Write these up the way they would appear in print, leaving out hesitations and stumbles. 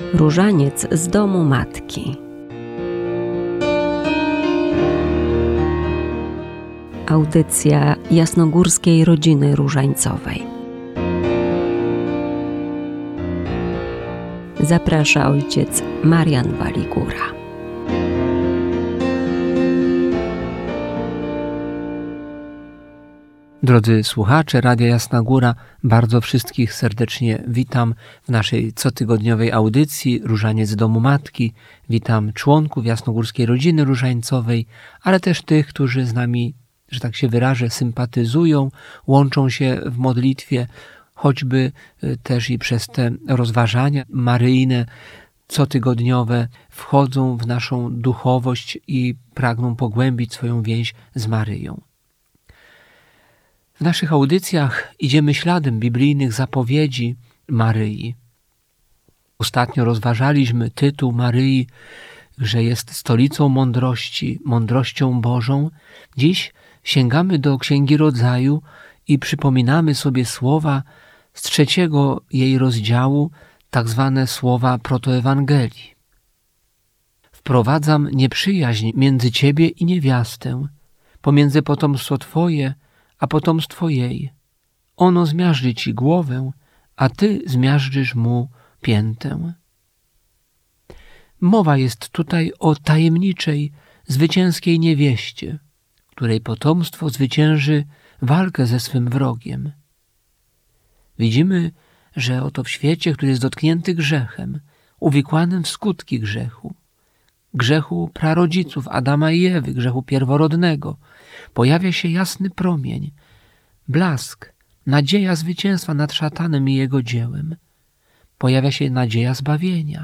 Różaniec z domu matki. Audycja jasnogórskiej rodziny różańcowej. Zaprasza ojciec Marian Waligura. Drodzy słuchacze Radia Jasna Góra, bardzo wszystkich serdecznie witam w naszej cotygodniowej audycji Różaniec z domu matki. Witam członków jasnogórskiej rodziny różańcowej, ale też tych, którzy z nami, że tak się wyrażę, sympatyzują, łączą się w modlitwie, choćby też i przez te rozważania maryjne cotygodniowe wchodzą w naszą duchowość i pragną pogłębić swoją więź z Maryją. W naszych audycjach idziemy śladem biblijnych zapowiedzi Maryi. Ostatnio rozważaliśmy tytuł Maryi, że jest stolicą mądrości, mądrością Bożą. Dziś sięgamy do Księgi Rodzaju i przypominamy sobie słowa z 3 jej rozdziału, tak zwane słowa protoewangelii. Wprowadzam nieprzyjaźń między Ciebie i niewiastę, pomiędzy potomstwo Twoje a potomstwo jej. Ono zmiażdży Ci głowę, a Ty zmiażdżysz mu piętę. Mowa jest tutaj o tajemniczej, zwycięskiej niewieście, której potomstwo zwycięży walkę ze swym wrogiem. Widzimy, że oto w świecie, który jest dotknięty grzechem, uwikłanym w skutki grzechu prarodziców Adama i Ewy, grzechu pierworodnego, pojawia się jasny promień, blask, nadzieja zwycięstwa nad szatanem i jego dziełem. Pojawia się nadzieja zbawienia.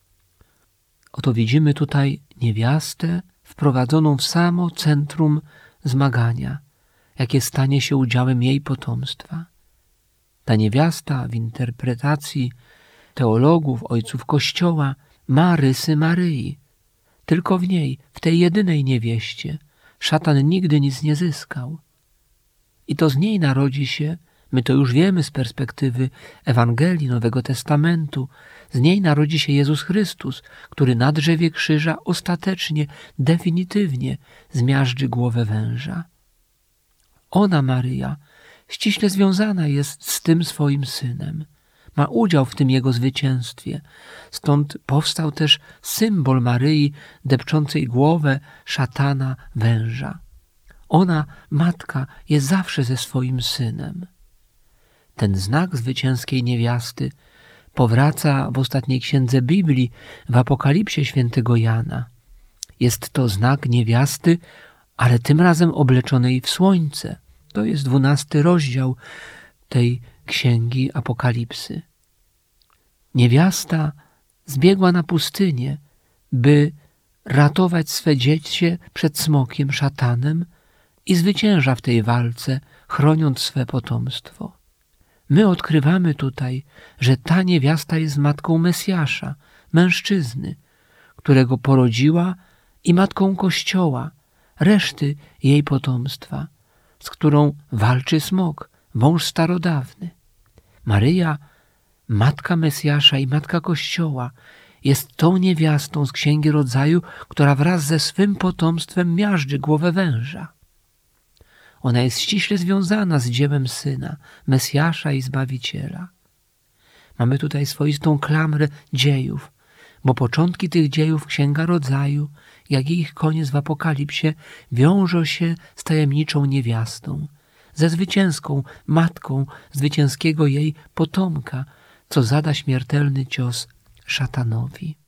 Oto widzimy tutaj niewiastę wprowadzoną w samo centrum zmagania, jakie stanie się udziałem jej potomstwa. Ta niewiasta w interpretacji teologów, ojców Kościoła ma rysy Maryi. Tylko w niej, w tej jedynej niewieście, szatan nigdy nic nie zyskał. I to z niej narodzi się, my to już wiemy z perspektywy Ewangelii Nowego Testamentu, z niej narodzi się Jezus Chrystus, który na drzewie krzyża ostatecznie, definitywnie zmiażdży głowę węża. Ona, Maryja, ściśle związana jest z tym swoim synem. Ma udział w tym jego zwycięstwie. Stąd powstał też symbol Maryi depczącej głowę szatana, węża. Ona, matka, jest zawsze ze swoim synem. Ten znak zwycięskiej niewiasty powraca w ostatniej księdze Biblii, w Apokalipsie świętego Jana. Jest to znak niewiasty, ale tym razem obleczonej w słońce. To jest 12 rozdział tej księgi Apokalipsy. Niewiasta zbiegła na pustynię, by ratować swe dziecię przed smokiem, szatanem i zwycięża w tej walce, chroniąc swe potomstwo. My odkrywamy tutaj, że ta niewiasta jest matką Mesjasza, mężczyzny, którego porodziła i matką Kościoła, reszty jej potomstwa, z którą walczy smok, wąż starodawny. Maryja, matka Mesjasza i matka Kościoła, jest tą niewiastą z Księgi Rodzaju, która wraz ze swym potomstwem miażdży głowę węża. Ona jest ściśle związana z dziełem Syna, Mesjasza i Zbawiciela. Mamy tutaj swoistą klamrę dziejów, bo początki tych dziejów Księga Rodzaju, jak i ich koniec w Apokalipsie, wiążą się z tajemniczą niewiastą, ze zwycięską matką zwycięskiego jej potomka, co zada śmiertelny cios szatanowi.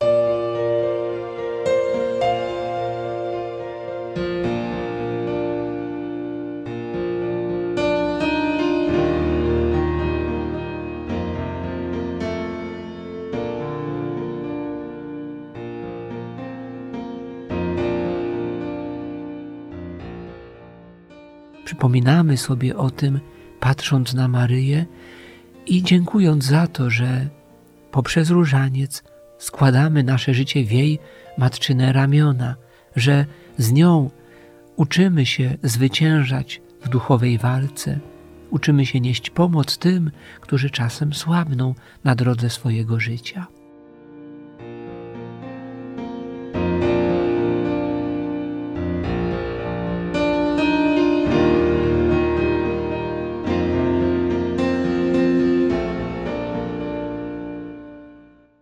Przypominamy sobie o tym, patrząc na Maryję i dziękując za to, że poprzez różaniec składamy nasze życie w jej matczyne ramiona, że z nią uczymy się zwyciężać w duchowej walce, uczymy się nieść pomoc tym, którzy czasem słabną na drodze swojego życia.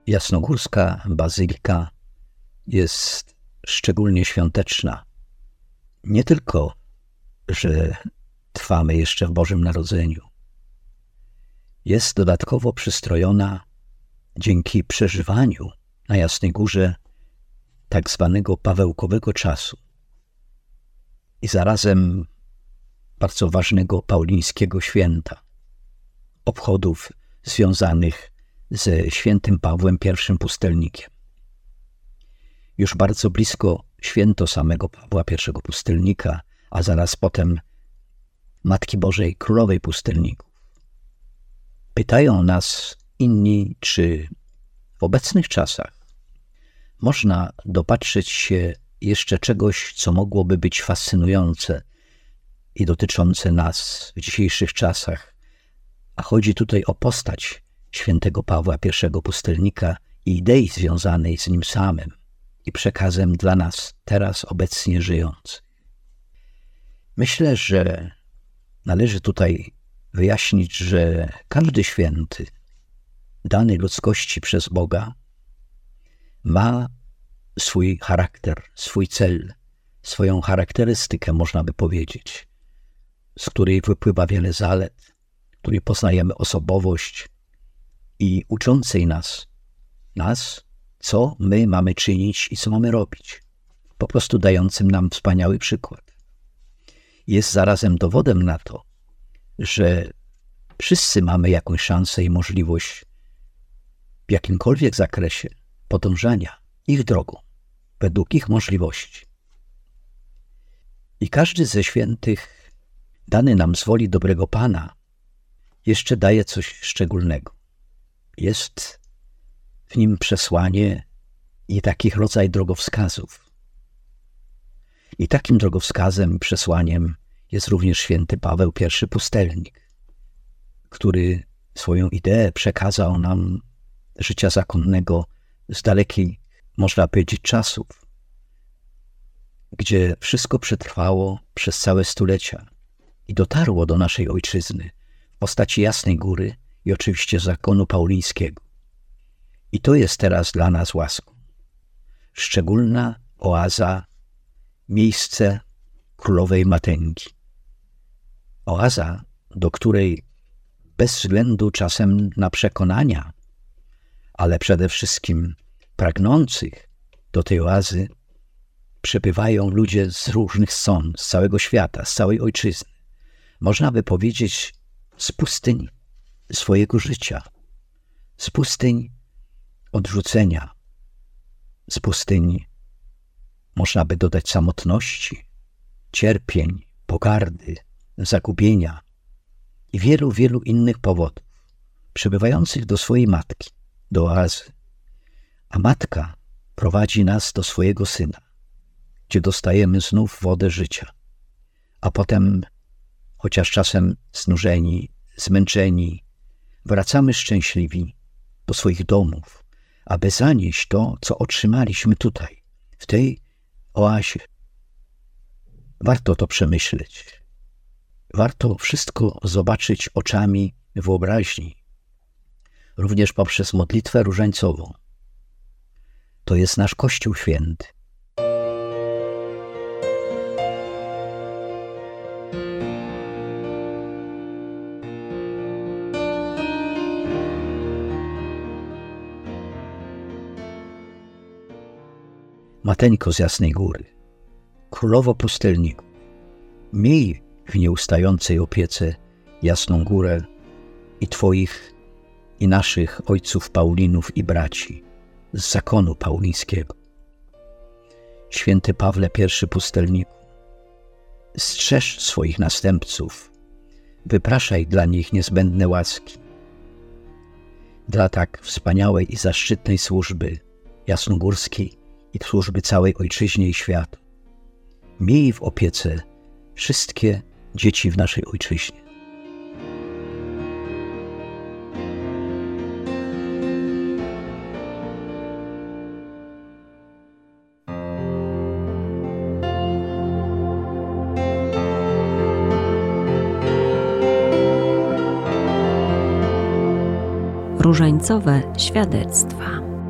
Jasnogórska bazylika jest szczególnie świąteczna. Nie tylko, że trwamy jeszcze w Bożym Narodzeniu. Jest dodatkowo przystrojona dzięki przeżywaniu na Jasnej Górze tak zwanego pawełkowego czasu i zarazem bardzo ważnego paulińskiego święta, obchodów związanych ze świętym Pawłem I Pustelnikiem. Już bardzo blisko święto samego Pawła I Pustelnika, a zaraz potem Matki Bożej Królowej Pustelników. Pytają nas inni, czy w obecnych czasach można dopatrzeć się jeszcze czegoś, co mogłoby być fascynujące i dotyczące nas w dzisiejszych czasach. A chodzi tutaj o postać świętego Pawła I Pustelnika i idei związanej z nim samym i przekazem dla nas teraz obecnie żyjących. Myślę, że należy tutaj wyjaśnić, że każdy święty dany ludzkości przez Boga ma swój charakter, swój cel, swoją charakterystykę, można by powiedzieć, z której wypływa wiele zalet, w której poznajemy osobowość i uczącej nas, co my mamy czynić i co mamy robić, po prostu dającym nam wspaniały przykład. Jest zarazem dowodem na to, że wszyscy mamy jakąś szansę i możliwość w jakimkolwiek zakresie podążania ich drogą, według ich możliwości. I każdy ze świętych, dany nam z woli dobrego Pana, jeszcze daje coś szczególnego. Jest w nim przesłanie i taki rodzaj drogowskazów. I takim drogowskazem i przesłaniem jest również święty Paweł I Pustelnik, który swoją ideę przekazał nam życia zakonnego z dalekich, można powiedzieć, czasów, gdzie wszystko przetrwało przez całe stulecia i dotarło do naszej ojczyzny w postaci Jasnej Góry i oczywiście zakonu paulińskiego. I to jest teraz dla nas łaską. Szczególna oaza, miejsce Królowej Mateńki. Oaza, do której bez względu czasem na przekonania, ale przede wszystkim pragnących do tej oazy przybywają ludzie z różnych stron, z całego świata, z całej ojczyzny. Można by powiedzieć z pustyń swojego życia, z pustyń odrzucenia, z pustyń, można by dodać, samotności, cierpień, pogardy, zagubienia i wielu, wielu innych powodów, przybywających do swojej matki, do oazy. A matka prowadzi nas do swojego Syna, gdzie dostajemy znów wodę życia, a potem, chociaż czasem znużeni, zmęczeni, wracamy szczęśliwi do swoich domów, aby zanieść to, co otrzymaliśmy tutaj, w tej oazie. Warto to przemyśleć. Warto wszystko zobaczyć oczami wyobraźni, również poprzez modlitwę różańcową. To jest nasz Kościół Święty. Mateńko z Jasnej Góry, Królowo Pustelników, miej w nieustającej opiece Jasną Górę i Twoich i naszych ojców Paulinów i braci z zakonu paulińskiego. Święty Pawle I Pustelniku, strzeż swoich następców, wypraszaj dla nich niezbędne łaski. Dla tak wspaniałej i zaszczytnej służby jasnogórskiej i służby całej ojczyźnie i światu. Miej w opiece wszystkie dzieci w naszej ojczyźnie. Różańcowe świadectwa.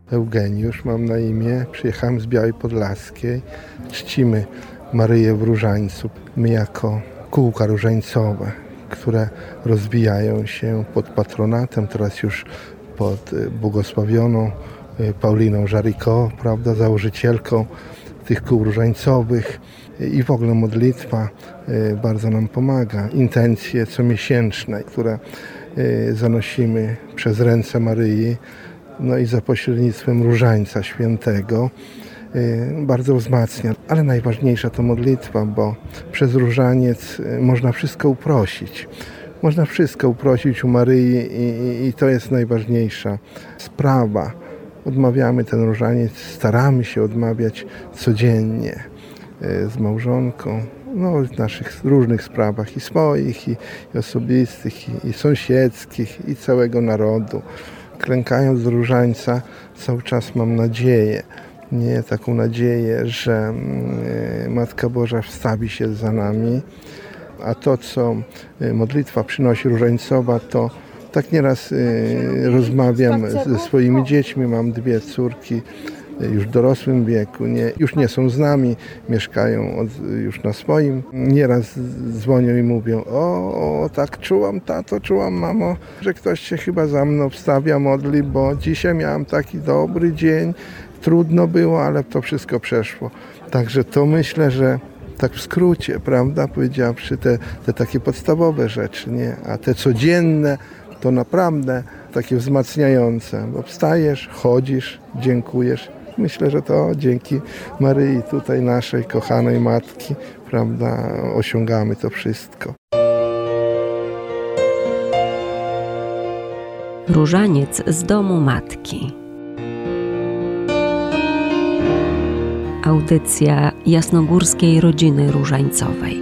Eugeniusz mam na imię, przyjechałem z Białej Podlaskiej. Czcimy Maryję w Różańcu. My jako kółka różańcowe, które rozwijają się pod patronatem, teraz już pod błogosławioną Pauliną Jaricot, prawda, założycielką tych kół różańcowych, i w ogóle modlitwa bardzo nam pomaga. Intencje comiesięczne, które zanosimy przez ręce Maryi, no i za pośrednictwem Różańca Świętego, bardzo wzmacnia. Ale najważniejsza to modlitwa, bo przez różaniec można wszystko uprosić. Można wszystko uprosić u Maryi i to jest najważniejsza sprawa. Odmawiamy ten różaniec, staramy się odmawiać codziennie z małżonką, no, w naszych różnych sprawach, i swoich, i osobistych, i sąsiedzkich, i całego narodu. Klękając do różańca, cały czas mam nadzieję, taką nadzieję, że Matka Boża wstawi się za nami, a to, co modlitwa przynosi różańcowa, to tak nieraz rozmawiam ze swoimi dziećmi. Mam 2 córki już w dorosłym wieku, już nie są z nami, mieszkają już na swoim. Nieraz dzwonią i mówią: o, tak czułam, tato, czułam, mamo, że ktoś się chyba za mną wstawia, modli, bo dzisiaj miałam taki dobry dzień, trudno było, ale to wszystko przeszło. Także to myślę, że tak w skrócie, prawda, powiedziawszy, te takie podstawowe rzeczy, nie? A te codzienne to naprawdę takie wzmacniające, bo wstajesz, chodzisz, dziękujesz. Myślę, że to dzięki Maryi, tutaj naszej kochanej Matki, prawda, osiągamy to wszystko. Różaniec z domu Matki. Audycja Jasnogórskiej Rodziny Różańcowej.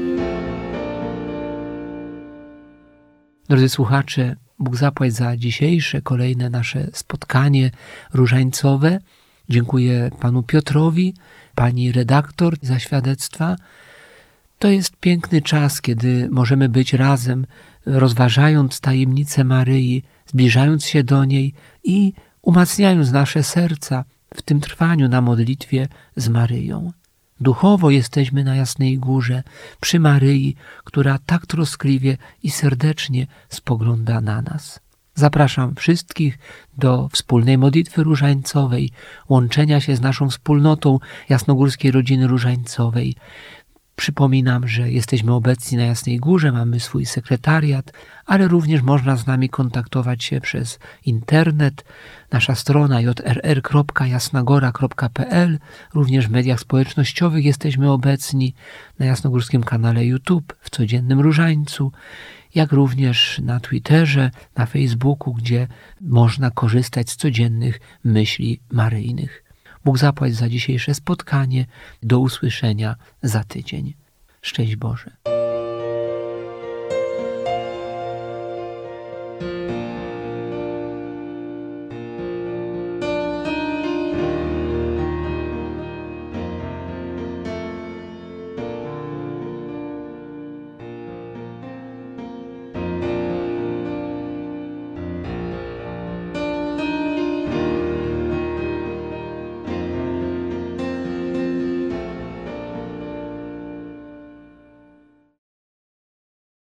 Drodzy słuchacze, Bóg zapłać za dzisiejsze, kolejne nasze spotkanie różańcowe. Dziękuję panu Piotrowi, pani redaktor za świadectwa. To jest piękny czas, kiedy możemy być razem, rozważając tajemnicę Maryi, zbliżając się do niej i umacniając nasze serca w tym trwaniu na modlitwie z Maryją. Duchowo jesteśmy na Jasnej Górze, przy Maryi, która tak troskliwie i serdecznie spogląda na nas. Zapraszam wszystkich do wspólnej modlitwy różańcowej, łączenia się z naszą wspólnotą Jasnogórskiej Rodziny Różańcowej. Przypominam, że jesteśmy obecni na Jasnej Górze, mamy swój sekretariat, ale również można z nami kontaktować się przez internet. Nasza strona jrr.jasnagora.pl, również w mediach społecznościowych jesteśmy obecni, na jasnogórskim kanale YouTube, w Codziennym Różańcu, jak również na Twitterze, na Facebooku, gdzie można korzystać z codziennych myśli maryjnych. Bóg zapłać za dzisiejsze spotkanie. Do usłyszenia za tydzień. Szczęść Boże.